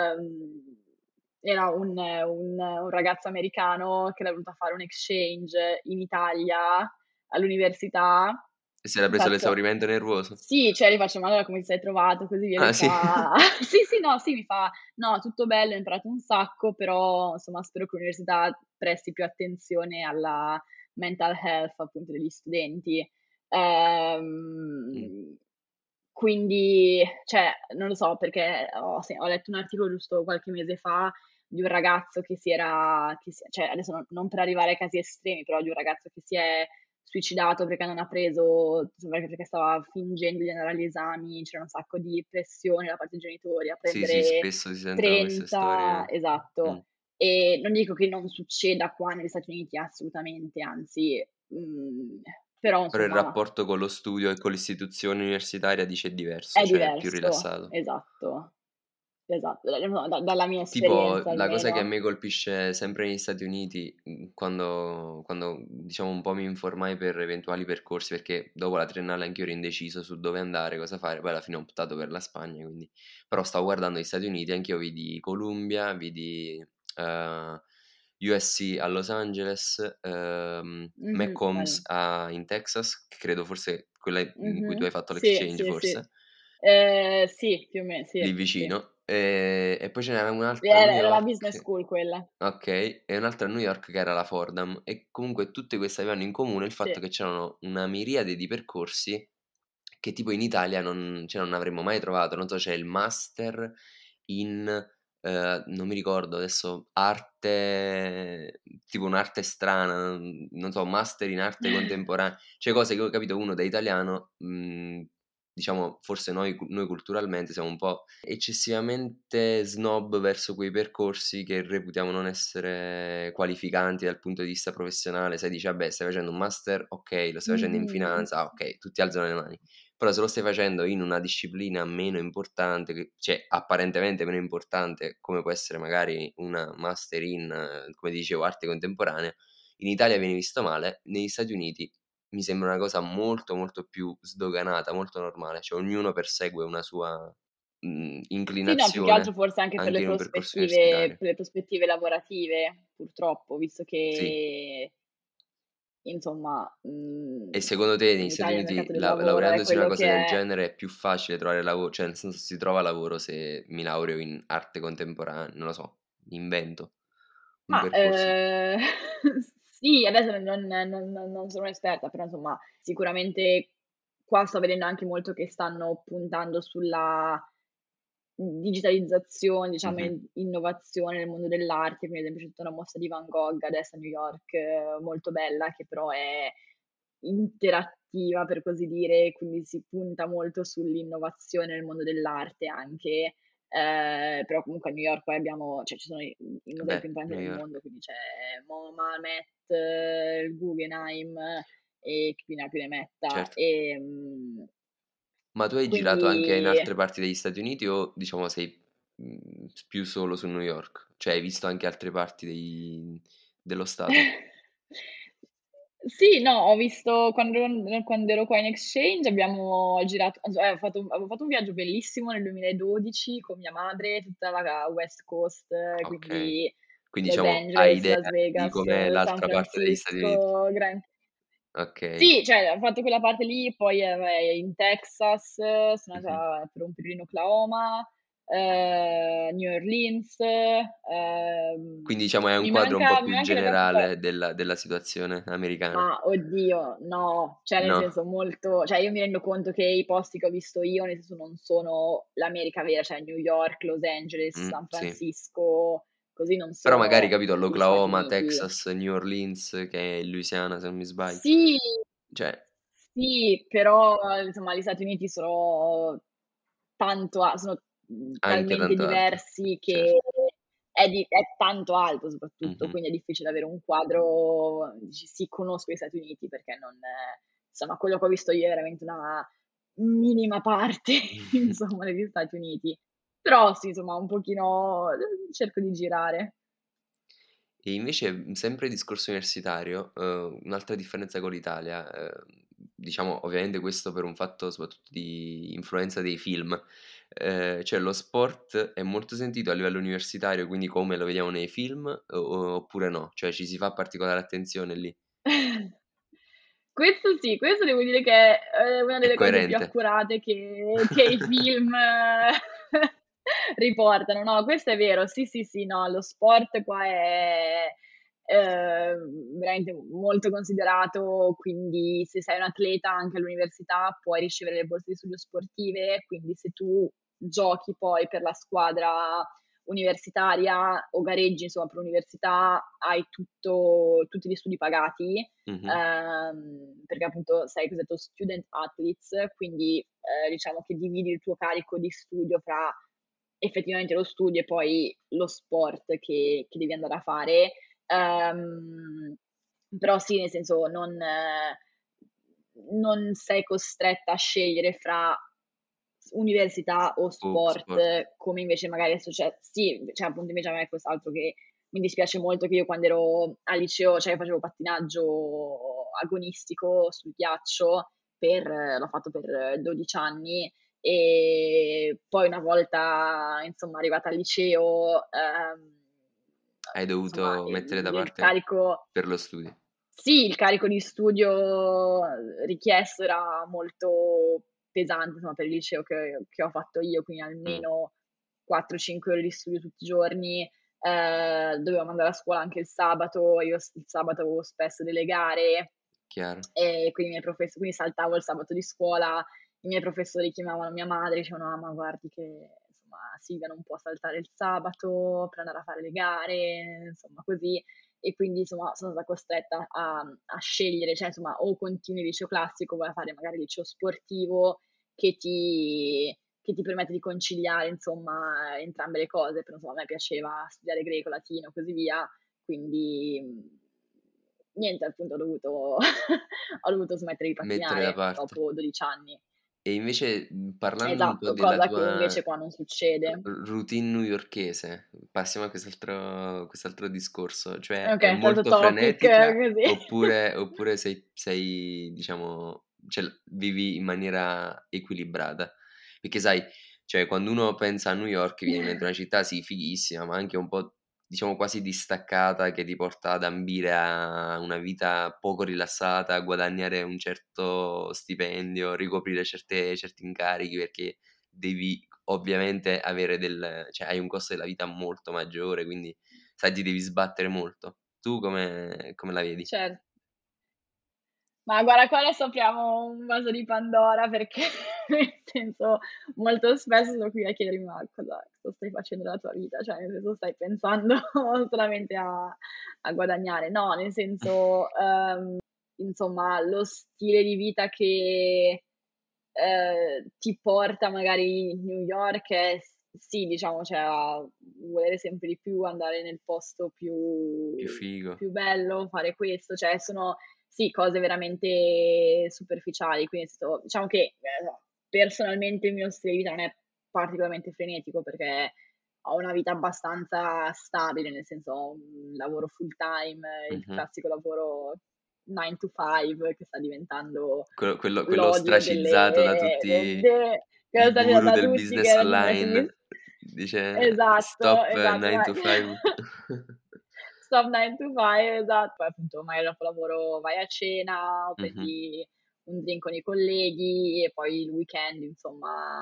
C: era un ragazzo americano che era venuto a fare un exchange in Italia all'università.
B: E si era
C: Mi
B: preso
C: faccio
B: l'esaurimento nervoso?
C: sì, cioè gli faccio: "Ma allora come ti sei trovato?" Così via, lui
B: Ah sì?
C: fa sì, sì, no, sì, mi fa: "No, tutto bello, ho imparato un sacco, però insomma spero che l'università presti più attenzione alla mental health appunto degli studenti."
B: Mh.
C: Quindi cioè, non lo so perché ho letto un articolo giusto qualche mese fa di un ragazzo cioè adesso non per arrivare ai casi estremi, però di un ragazzo che si è suicidato perché non ha preso perché stava fingendo di andare agli esami, c'era un sacco di pressione da parte dei genitori a
B: Sì, sì,
C: prendere
B: spesso si sentono queste
C: 30,
B: storie. Mh.
C: esatto. E non dico che non succeda qua negli Stati Uniti, assolutamente, anzi, però
B: Però il
C: insomma
B: rapporto con lo studio e con l'istituzione universitaria dici è diverso,
C: è
B: cioè è più
C: diverso,
B: rilassato.
C: esatto, esatto, no, dalla mia
B: Tipo,
C: esperienza
B: la cosa che a
C: almeno.
B: me colpisce sempre negli Stati Uniti, quando diciamo un po' mi informai per eventuali percorsi, perché dopo la triennale anch'io ero indeciso su dove andare, cosa fare, poi alla fine ho optato per la Spagna, quindi però stavo guardando gli Stati Uniti, anch'io vidi Columbia, vidi USC a Los Angeles,
C: Mh-mh,
B: McCombs
C: bello.
B: in Texas, che credo forse quella in cui tu
C: Mh-mh.
B: hai fatto
C: Sì,
B: l'exchange
C: sì, sì.
B: forse,
C: Sì, più o sì,
B: lì
C: sì.
B: vicino, e poi ce n'era
C: Sì,
B: un'altra a New
C: era la business
B: York.
C: school quella.
B: Okay, e un'altra a New York che era la Fordham e comunque tutte queste avevano in comune il fatto
C: Sì.
B: che c'erano una miriade di percorsi che tipo in Italia non avremmo mai trovato. Non so, c'è il master in, non mi ricordo adesso, arte tipo un'arte strana, non so, master in arte cioè cose che ho capito uno da italiano, diciamo forse noi culturalmente siamo un po' eccessivamente snob verso quei percorsi che reputiamo non essere qualificanti dal punto di vista professionale. Sai, dici: "Vabbè, stai facendo un master, okay, lo stai facendo in
C: Mh-mh.
B: finanza, ah okay, tutti alzano le mani." Però se lo stai facendo in una disciplina meno importante, cioè apparentemente meno importante, come può essere magari una master in, come dicevo, arte contemporanea, in Italia viene visto male, negli Stati Uniti mi sembra una cosa molto, molto più sdoganata, molto normale, cioè ognuno persegue una sua,
C: Sì, no, più che altro
B: inclinazione
C: forse anche
B: anche in un percorso universitario.
C: per le prospettive lavorative, purtroppo, visto
B: Sì.
C: che insomma,
B: E secondo te negli
C: in
B: Stati
C: Italia il
B: Uniti
C: mercato del lavoro è
B: laureandosi in una
C: quello
B: cosa
C: che
B: del
C: è.
B: genere è più facile trovare cioè nel senso si trova lavoro se mi laureo in arte contemporanea, non lo so, invento un
C: Ma,
B: percorso.
C: sì, adesso non sono un'esperta, però insomma sicuramente qua sto vedendo anche molto che stanno puntando sulla digitalizzazione, diciamo,
B: Mh-mh.
C: innovazione nel mondo dell'arte, quindi ad esempio c'è stata una mostra di Van Gogh adesso a New York, molto bella, che però è interattiva per così dire, quindi si punta molto sull'innovazione nel mondo dell'arte anche, però comunque a New York poi abbiamo cioè ci sono i musei più
B: Beh,
C: importanti
B: New
C: del
B: York,
C: mondo, quindi c'è MoMA, Met, il Guggenheim e chi più ne ha più ne metta.
B: certo. Ma tu hai girato anche in
C: Quindi
B: altre parti degli Stati Uniti o diciamo sei, più solo su New York? Cioè hai visto anche altre parti dello stato?
C: sì, no, ho visto quando ero qua in exchange abbiamo girato avevo fatto un viaggio bellissimo nel 2012 con mia madre, tutta la West Coast,
B: Okay.
C: quindi
B: Quindi
C: Los
B: diciamo hai
C: Angeles,
B: idea
C: Las
B: di
C: Vegas,
B: com'è
C: San
B: l'altra parte degli Stati Uniti.
C: Francisco,
B: Okay.
C: sì, cioè ho fatto quella parte lì, poi, in Texas, sono
B: Mh-mh.
C: andata per un periodo in Oklahoma, New Orleans,
B: Quindi diciamo è un quadro un po'
C: mi
B: più
C: manca in realtà tutta.
B: generale della situazione americana.
C: Ma oddio, no, cioè nel
B: No?
C: senso molto cioè io mi rendo conto che i posti che ho visto io, nel senso non sono l'America vera, cioè New York, Los Angeles, San
B: Sì.
C: Francisco, così non
B: Però magari
C: sono
B: capito
C: gli Stati
B: l'Oklahoma,
C: Uniti.
B: Texas, New Orleans, che è in Louisiana se non mi sbaglio.
C: Sì,
B: Cioè
C: sì, però insomma gli Stati Uniti sono,
B: anche
C: talmente
B: tanto altro.
C: diversi che
B: Certo.
C: è tanto alto soprattutto,
B: Mh-mh.
C: quindi è difficile avere un quadro, dici: "Sì, conosco gli Stati Uniti", perché non insomma quello che ho visto io è veramente una minima parte, insomma, degli Stati Uniti. Però sì, insomma, un pochino cerco di girare.
B: E invece, sempre discorso universitario, un'altra differenza con l'Italia, diciamo ovviamente questo per un fatto soprattutto di influenza dei film, cioè lo sport è molto sentito a livello universitario, quindi come lo vediamo nei film, oppure no? Cioè ci si fa particolare attenzione lì?
C: Questo sì, questo devo dire che è una
B: È
C: delle cose più
B: coerente?
C: accurate che i film riportano. No, questo è vero. Sì, sì, sì, no, lo sport qua è veramente molto considerato, quindi se sei un atleta anche all'università puoi ricevere le borse di studio sportive, quindi se tu giochi poi per la squadra universitaria o gareggi insomma per l'università hai tutti gli studi pagati,
B: Mh-mh.
C: perché appunto sei cosiddetto student athletes, quindi diciamo che dividi il tuo carico di studio fra effettivamente lo studio e poi lo sport che devi andare a fare. Ehm, Però sì, nel senso non sei costretta a scegliere fra università o sport,
B: Sport.
C: come invece magari adesso c'è, sì, cioè appunto invece a me è quest'altro che mi dispiace molto, che io quando ero al liceo, cioè facevo pattinaggio agonistico sul ghiaccio l'ho fatto per 12 anni e poi una volta insomma arrivata al liceo,
B: Hai
C: insomma
B: dovuto mettere da
C: il
B: parte
C: carico,
B: per lo studio.
C: sì, il carico di studio richiesto era molto pesante, insomma, per il liceo che ho fatto io, quindi
B: Mh,
C: almeno 4-5 ore di studio tutti i giorni. Dovevamo andare a scuola anche il sabato, io il sabato avevo spesso delle gare,
B: chiaro.
C: e quindi quindi saltavo il sabato di scuola, i miei professori chiamavano mia madre, dicevano: "Ah, ma guardi che insomma Silvia non può saltare il sabato per andare a fare le gare", insomma così. E quindi insomma sono stata costretta a scegliere, cioè insomma o continui il liceo classico, vai a fare magari il liceo sportivo che ti permette di conciliare insomma entrambe le cose, però insomma a me piaceva studiare greco, latino, così via, quindi niente, appunto ho dovuto ho dovuto smettere di
B: Mettere da
C: pattinare
B: parte.
C: dopo 12 anni.
B: E invece, parlando un po'
C: Esatto,
B: della
C: cosa che
B: tua
C: invece qua non succede.
B: routine newyorkese, passiamo a quest'altro discorso, cioè è
C: Okay, solito
B: molto
C: topic
B: frenetica
C: così.
B: oppure sei diciamo cioè l vivi in maniera equilibrata? Perché sai, cioè quando uno pensa a New York viene in mente una città sì fighissima, ma anche un po' diciamo quasi distaccata che ti porta ad ambire a una vita poco rilassata, a guadagnare un certo stipendio, ricoprire certi incarichi perché devi ovviamente avere cioè hai un costo della vita molto maggiore, quindi sai ti devi sbattere molto. Tu come la vedi?
C: Cer Ma guarda, qua adesso apriamo un vaso di Pandora perché nel senso molto spesso sono qui a chiedermi: "Ma cosa stai facendo della tua vita?" Cioè nel senso stai pensando solamente a guadagnare. No, nel senso, insomma lo stile di vita che, ti porta magari in New York è sì, diciamo, cioè a volere sempre di più, andare nel posto
B: Più figo?
C: più bello, fare questo, cioè sono sì, cose veramente superficiali, quindi nel senso diciamo che, personalmente il mio stile di vita non è particolarmente frenetico, perché ho una vita abbastanza stabile, nel senso ho un lavoro full time, il
B: Mh-mh.
C: classico lavoro 9 to 5 che sta diventando
B: Quello
C: l'odio
B: ostracizzato da tutti
C: che
B: i
C: sta
B: guru
C: da
B: del
C: tutti, che
B: business
C: adesso sembra che mi
B: online. Dice:
C: esatto,
B: "Stop
C: esatto,
B: 9
C: ma
B: to 5."
C: stop 9 to 5, esatto. Poi appunto magari dopo lavoro vai a cena o
B: Mh-mh.
C: prendi un drink con i colleghi e poi il weekend insomma,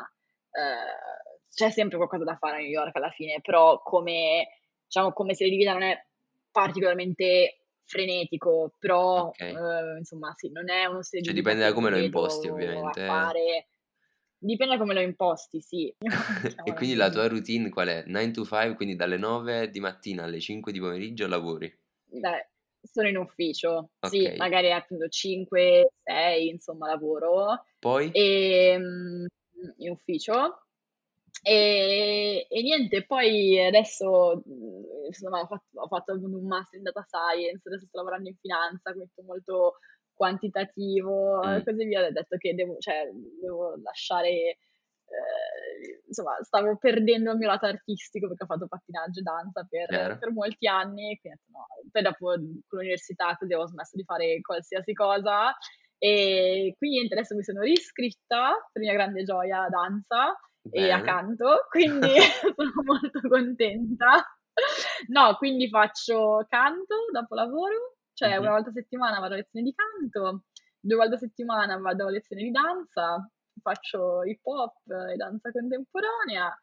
C: c'è sempre qualcosa da fare a New York alla fine, però come stile di vita non è particolarmente frenetico, però,
B: Okay.
C: insomma sì, non è uno stile di
B: Cioè
C: vita
B: dipende
C: che
B: da
C: ti
B: come lo imposti
C: vedo a
B: ovviamente, eh.
C: fare. Dipende da come lo imposti, sì,
B: E
C: mettiamola
B: quindi la
C: così.
B: tua routine qual è? 9 to 5, quindi dalle 9 di mattina alle 5 di pomeriggio lavori.
C: Beh, sono in ufficio. Sì,
B: Okay.
C: magari appunto 5, 6, insomma lavoro,
B: Poi?
C: ehm, in ufficio. E niente, poi adesso, insomma ho fatto appunto un master in data science, adesso sto lavorando in finanza, quindi sto molto quantitativo e
B: Mm,
C: così via, ho detto che devo lasciare, insomma, stavo perdendo il mio lato artistico perché ho fatto pattinaggio e danza
B: chiaro.
C: per molti anni, e quindi ho detto no. Poi dopo con l'università così ho smesso di fare qualsiasi cosa e quindi niente, adesso mi sono riscritta, per mia grande gioia, a danza e a
B: Bene.
C: canto, quindi sono molto contenta. No, quindi faccio canto dopo lavoro, cioè una
B: Mhm.
C: volta a settimana vado a lezione di canto, 2 volte a settimana vado a lezione di danza, faccio hip hop e danza contemporanea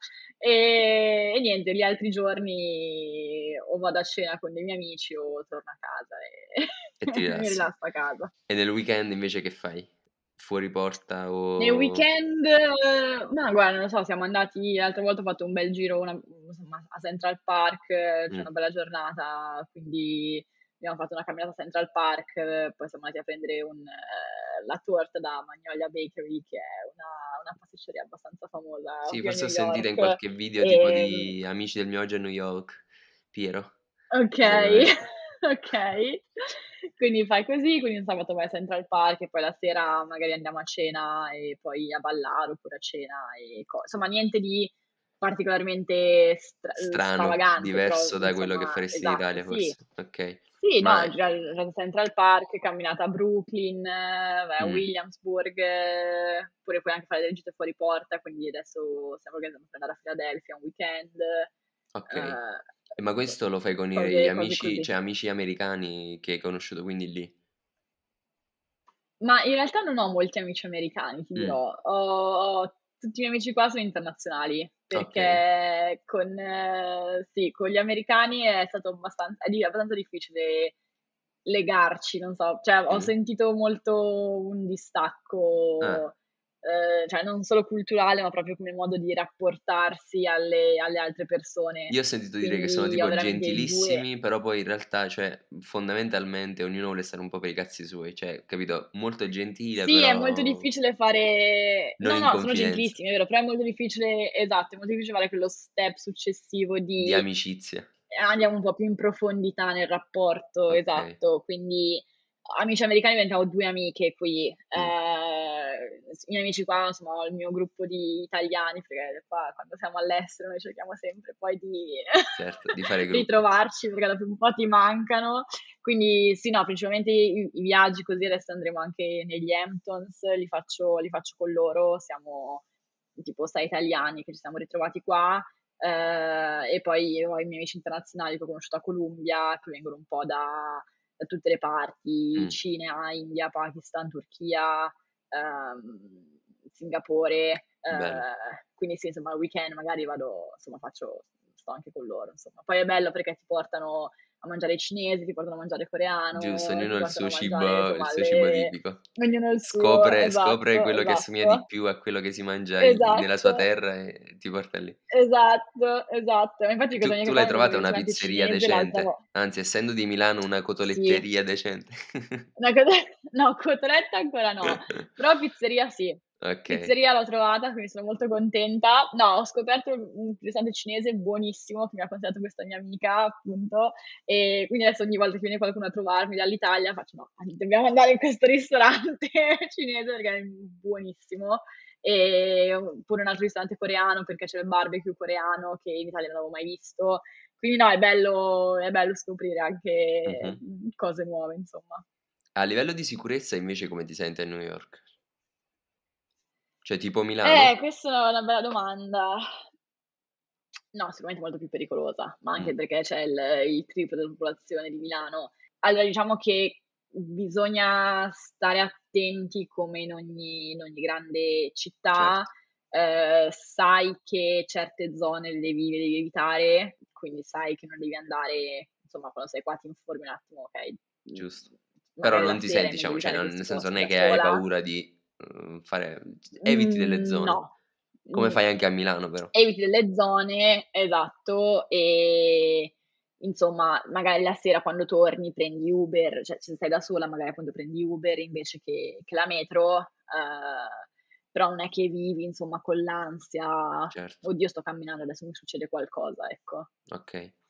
C: e niente, gli altri giorni o vado a cena con dei miei amici o torno a casa e
B: E ti
C: mi
B: rilassi.
C: rilasso a casa.
B: E nel weekend invece che fai? Fuori porta
C: Nel
B: o...
C: weekend, ma guarda, non lo so, siamo andati, l'altra volta ho fatto un bel giro insomma, a Central Park, c'è
B: Mm,
C: una bella giornata, quindi abbiamo fatto una camminata a Central Park, poi siamo andati a prendere la torta da Magnolia Bakery, che è una pasticceria abbastanza famosa
B: Sì,
C: qui a
B: forse
C: New
B: ho sentito in
C: York.
B: qualche video tipo
C: E,
B: di amici del mio oggi a New York. Piero,
C: ok,
B: mi sembra questo.
C: ok. Quindi fai così, quindi un sabato vai a Central Park e poi la sera magari andiamo a cena e poi a ballare oppure a cena e insomma niente di particolarmente
B: Strano,
C: stravagante, però
B: diverso da quello che
C: insomma,
B: faresti in
C: esatto,
B: Italia,
C: sì.
B: forse. Ok.
C: Sì, no,
B: Ma...
C: girato a Central Park, camminata a Brooklyn, vai a
B: mm,
C: Williamsburg, oppure puoi anche fare delle gite fuori porta, quindi adesso stiamo organizzando per andare a Philadelphia un weekend,
B: ok. Ma questo lo fai con gli
C: cose
B: amici,
C: così.
B: cioè amici americani che hai conosciuto quindi lì?
C: Ma in realtà non ho molti amici americani, ti
B: Mm,
C: dirò. Tutti i miei amici qua sono internazionali,
B: ok.
C: perché sì, con gli americani è stato abbastanza difficile legarci, non so, cioè ho
B: Mm.
C: sentito molto un
B: Ah.
C: distacco, cioè non solo culturale, ma proprio come modo di rapportarsi alle altre persone.
B: Io ho sentito dire che sono
C: Quindi ho
B: tipo
C: veramente due.
B: gentilissimi, però poi in realtà, cioè, fondamentalmente ognuno vuole stare un po' per i cazzi suoi, cioè, capito? Molto gentile,
C: Sì, è molto
B: però
C: difficile fare.
B: non
C: No,
B: in
C: no, sono
B: confidenza,
C: gentilissimi, è vero, però è molto difficile, esatto, è molto difficile fare quello step successivo
B: di
C: di
B: amicizia.
C: andiamo un po' più in profondità nel rapporto,
B: Ok.
C: esatto. Quindi amici americani diventavo due amiche qui.
B: Mm,
C: I miei amici qua, insomma, ho il mio gruppo di italiani, perché qua quando siamo all'estero noi cerchiamo sempre poi di
B: certo, di fare gruppo.
C: ritrovarci perché dopo un po' ti mancano. Quindi sì, no, principalmente i viaggi così adesso andremo anche negli Hamptons, li faccio con loro, siamo tipo 6 italiani che ci siamo ritrovati qua, e poi ho i miei amici internazionali che ho conosciuto a Columbia, che vengono un po' da tutte le parti,
B: Mm,
C: Cina, India, Pakistan, Turchia, Singapore,
B: bello.
C: quindi sì, insomma, al weekend magari vado, insomma, sto anche con loro, insomma. Poi è bello perché ti portano a mangiare cinese, ti portano a mangiare
B: Giusto,
C: coreano,
B: ognuno
C: ti
B: ha
C: portano a mangiare,
B: il
C: insomma,
B: suo cibo tipico.
C: ognuno il suo,
B: Scopre
C: esatto,
B: quello che assomiglia di
C: esatto,
B: più a quello che si mangia nella sua
C: esatto,
B: terra e ti porta lì.
C: esatto, esatto. Ma infatti
B: E
C: questa mia
B: tu
C: amica
B: l'hai
C: qua mi dice
B: trovata
C: che il
B: una
C: ristorante
B: pizzeria
C: cinese l'altra
B: decente?
C: volta.
B: Anzi, essendo di Milano, una
C: Sì.
B: cotoletteria decente.
C: Una cosa no, cotoletta ancora no, però pizzeria sì.
B: Ok,
C: Pizzeria l'ho trovata, quindi sono molto contenta. No, ho scoperto un ristorante cinese buonissimo che mi ha consigliato questa mia amica, appunto, e quindi adesso ogni volta che viene qualcuno a trovarmi dall'Italia faccio: "No, dobbiamo andare in questo ristorante cinese perché è buonissimo". Oppure un altro ristorante coreano perché c'è il barbecue coreano che in Italia non avevo mai visto. Quindi no, è bello scoprire anche,
B: mhm.
C: cose nuove, insomma.
B: A livello di sicurezza invece come ti senti a New York? Cioè tipo Milano?
C: Questa è una bella domanda. No, sicuramente molto più pericolosa, ma
B: Mm,
C: anche perché c'è il triplo della popolazione di Milano. Allora, diciamo che bisogna stare attenti come in ogni grande città,
B: certo,
C: sai che certe zone le devi evitare, quindi sai che non devi andare, insomma, quando sei qua ti informi un attimo, ok,
B: giusto. Però
C: magari la
B: non ti
C: sera è
B: senti,
C: meglio
B: diciamo, cioè
C: evitare
B: nel
C: questi
B: senso non
C: posti
B: è
C: da
B: che hai
C: sola.
B: paura di fare... Eviti delle zone,
C: No.
B: come
C: Mhmm,
B: fai anche a Milano però.
C: Eviti delle zone, esatto, insomma, magari la sera quando torni prendi Uber, cioè se stai da sola magari appunto prendi Uber invece che la metro, però non è che vivi insomma con l'ansia:
B: Certo,
C: "Oddio sto camminando, adesso mi succede qualcosa", ecco.
B: ok.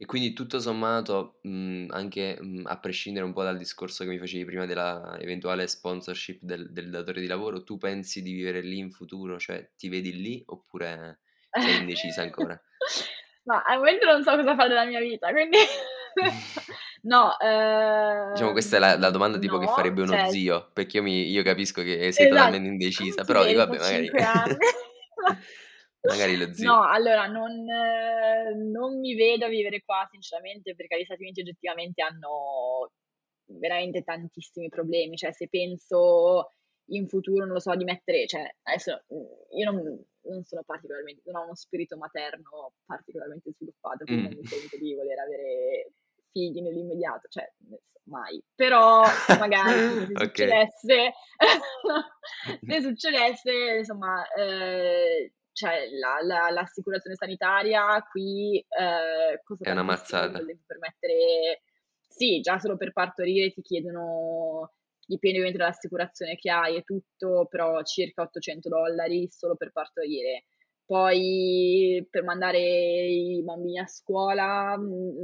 B: E quindi tutto sommato, anche a prescindere un po' dal discorso che mi facevi prima della eventuale sponsorship del datore di lavoro, tu pensi di vivere lì in futuro? Cioè ti vedi lì oppure sei indecisa ancora?
C: Ma al momento non so cosa fare della mia vita, quindi no,
B: Diciamo questa è la domanda tipo che
C: no,
B: farebbe uno
C: cioè
B: zio, perché io capisco che sei
C: esatto,
B: totalmente
C: come
B: indecisa,
C: ti
B: però dico
C: vedi fra
B: vabbè magari
C: 5 anni?
B: magari lo zio.
C: No, allora non mi vedo a vivere qua sinceramente, perché gli Stati Uniti oggettivamente hanno veramente tantissimi problemi, cioè se penso in futuro, non lo so, di mettere, cioè adesso io non sono particolarmente, non ho uno spirito materno particolarmente sviluppato, quindi non mi sento di voler avere figli nell'immediato, cioè mai. Però magari se
B: Ok.
C: succedesse, se succedesse, insomma, cioè l'assicurazione sanitaria qui costa
B: È una
C: tantissimo,
B: mazzata.
C: per esempio per mettere, sì, già solo per partorire ti chiedono, dipende ovviamente dall'assicurazione che hai e tutto, però circa $800 solo per partorire. Poi per mandare i bambini a scuola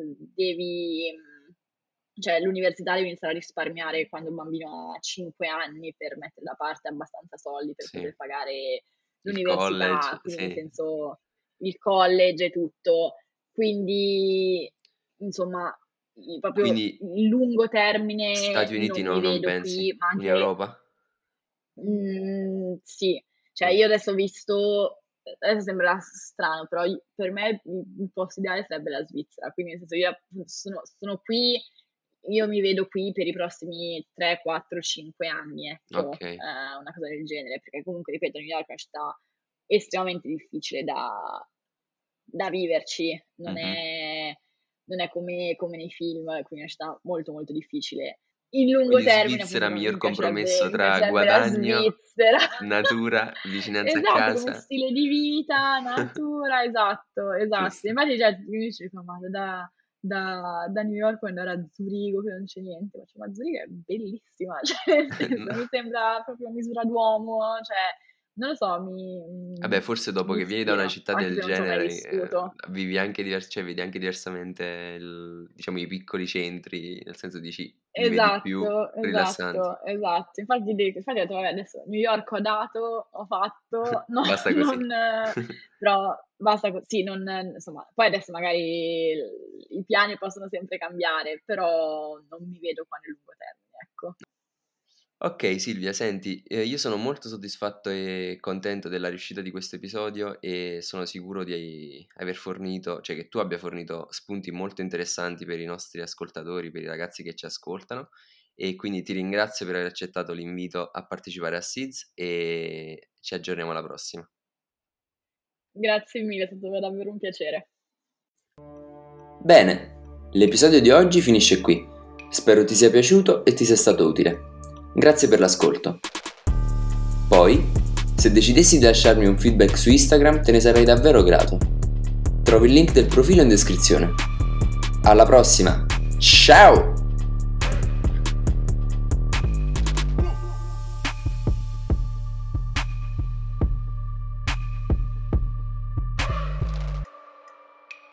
C: cioè l'università devi iniziare a risparmiare quando un bambino ha 5 anni per mettere da parte abbastanza soldi per
B: Sì.
C: poter pagare
B: Il
C: l'università,
B: college,
C: quindi nel
B: sì.
C: senso il college e tutto. Quindi, insomma, proprio
B: Quindi
C: il lungo termine
B: Stati Uniti
C: non mi
B: non
C: vedo
B: pensi?
C: qui, ma
B: In
C: anche
B: Europa?
C: sì, cioè io adesso ho visto, adesso sembra strano, però per me il posto ideale sarebbe la Svizzera, quindi nel senso io appunto sono qui, io mi vedo qui per i prossimi 3, 4, 5 anni, ecco,
B: Ok.
C: una cosa del genere, perché comunque, ripeto, New York è una città estremamente difficile da viverci, non è come nei film, quindi è una città molto molto difficile. In lungo
B: Quindi
C: termine,
B: Svizzera,
C: appunto,
B: miglior compromesso
C: mi
B: tra
C: piacerebbe la
B: guadagno,
C: Svizzera.
B: natura, vicinanza a
C: Esatto, come
B: casa.
C: stile di vita, natura, esatto, esatto.
B: Giusto.
C: Infatti, cioè, mi dice, ma da New York puoi andare a Zurigo, che non c'è niente. Faccio, ma Zurigo è bellissima, cioè, nel senso,
B: No.
C: mi sembra proprio a misura d'uomo, cioè, non lo so,
B: Vabbè, forse dopo
C: mi
B: che vieni da una
C: ispira,
B: città
C: anche
B: del
C: se non ci ho mai
B: genere,
C: vissuto.
B: vivi anche cioè, vedi anche diversamente diciamo, i piccoli centri, nel senso dici, li vedi più
C: Esatto,
B: rilassanti.
C: esatto, esatto. Infatti ho detto: "Vabbè, adesso New York ho dato, ho fatto, no,
B: Basta così.
C: non però basta sì, non insomma, poi adesso magari i piani possono sempre cambiare, però non mi vedo qua nel lungo termine, ecco."
B: Ok Silvia, senti, io sono molto soddisfatto e contento della riuscita di questo episodio e sono sicuro di aver fornito, cioè che tu abbia fornito spunti molto interessanti per i nostri ascoltatori, per i ragazzi che ci ascoltano e quindi ti ringrazio per aver accettato l'invito a partecipare a SIDS e ci aggiorniamo alla prossima.
C: Grazie mille, è stato davvero un piacere.
B: Bene, l'episodio di oggi finisce qui. Spero ti sia piaciuto e ti sia stato utile. Grazie per l'ascolto. Poi, se decidessi di lasciarmi un feedback su Instagram, te ne sarei davvero grato. Trovi il link del profilo in descrizione. Alla prossima! Ciao!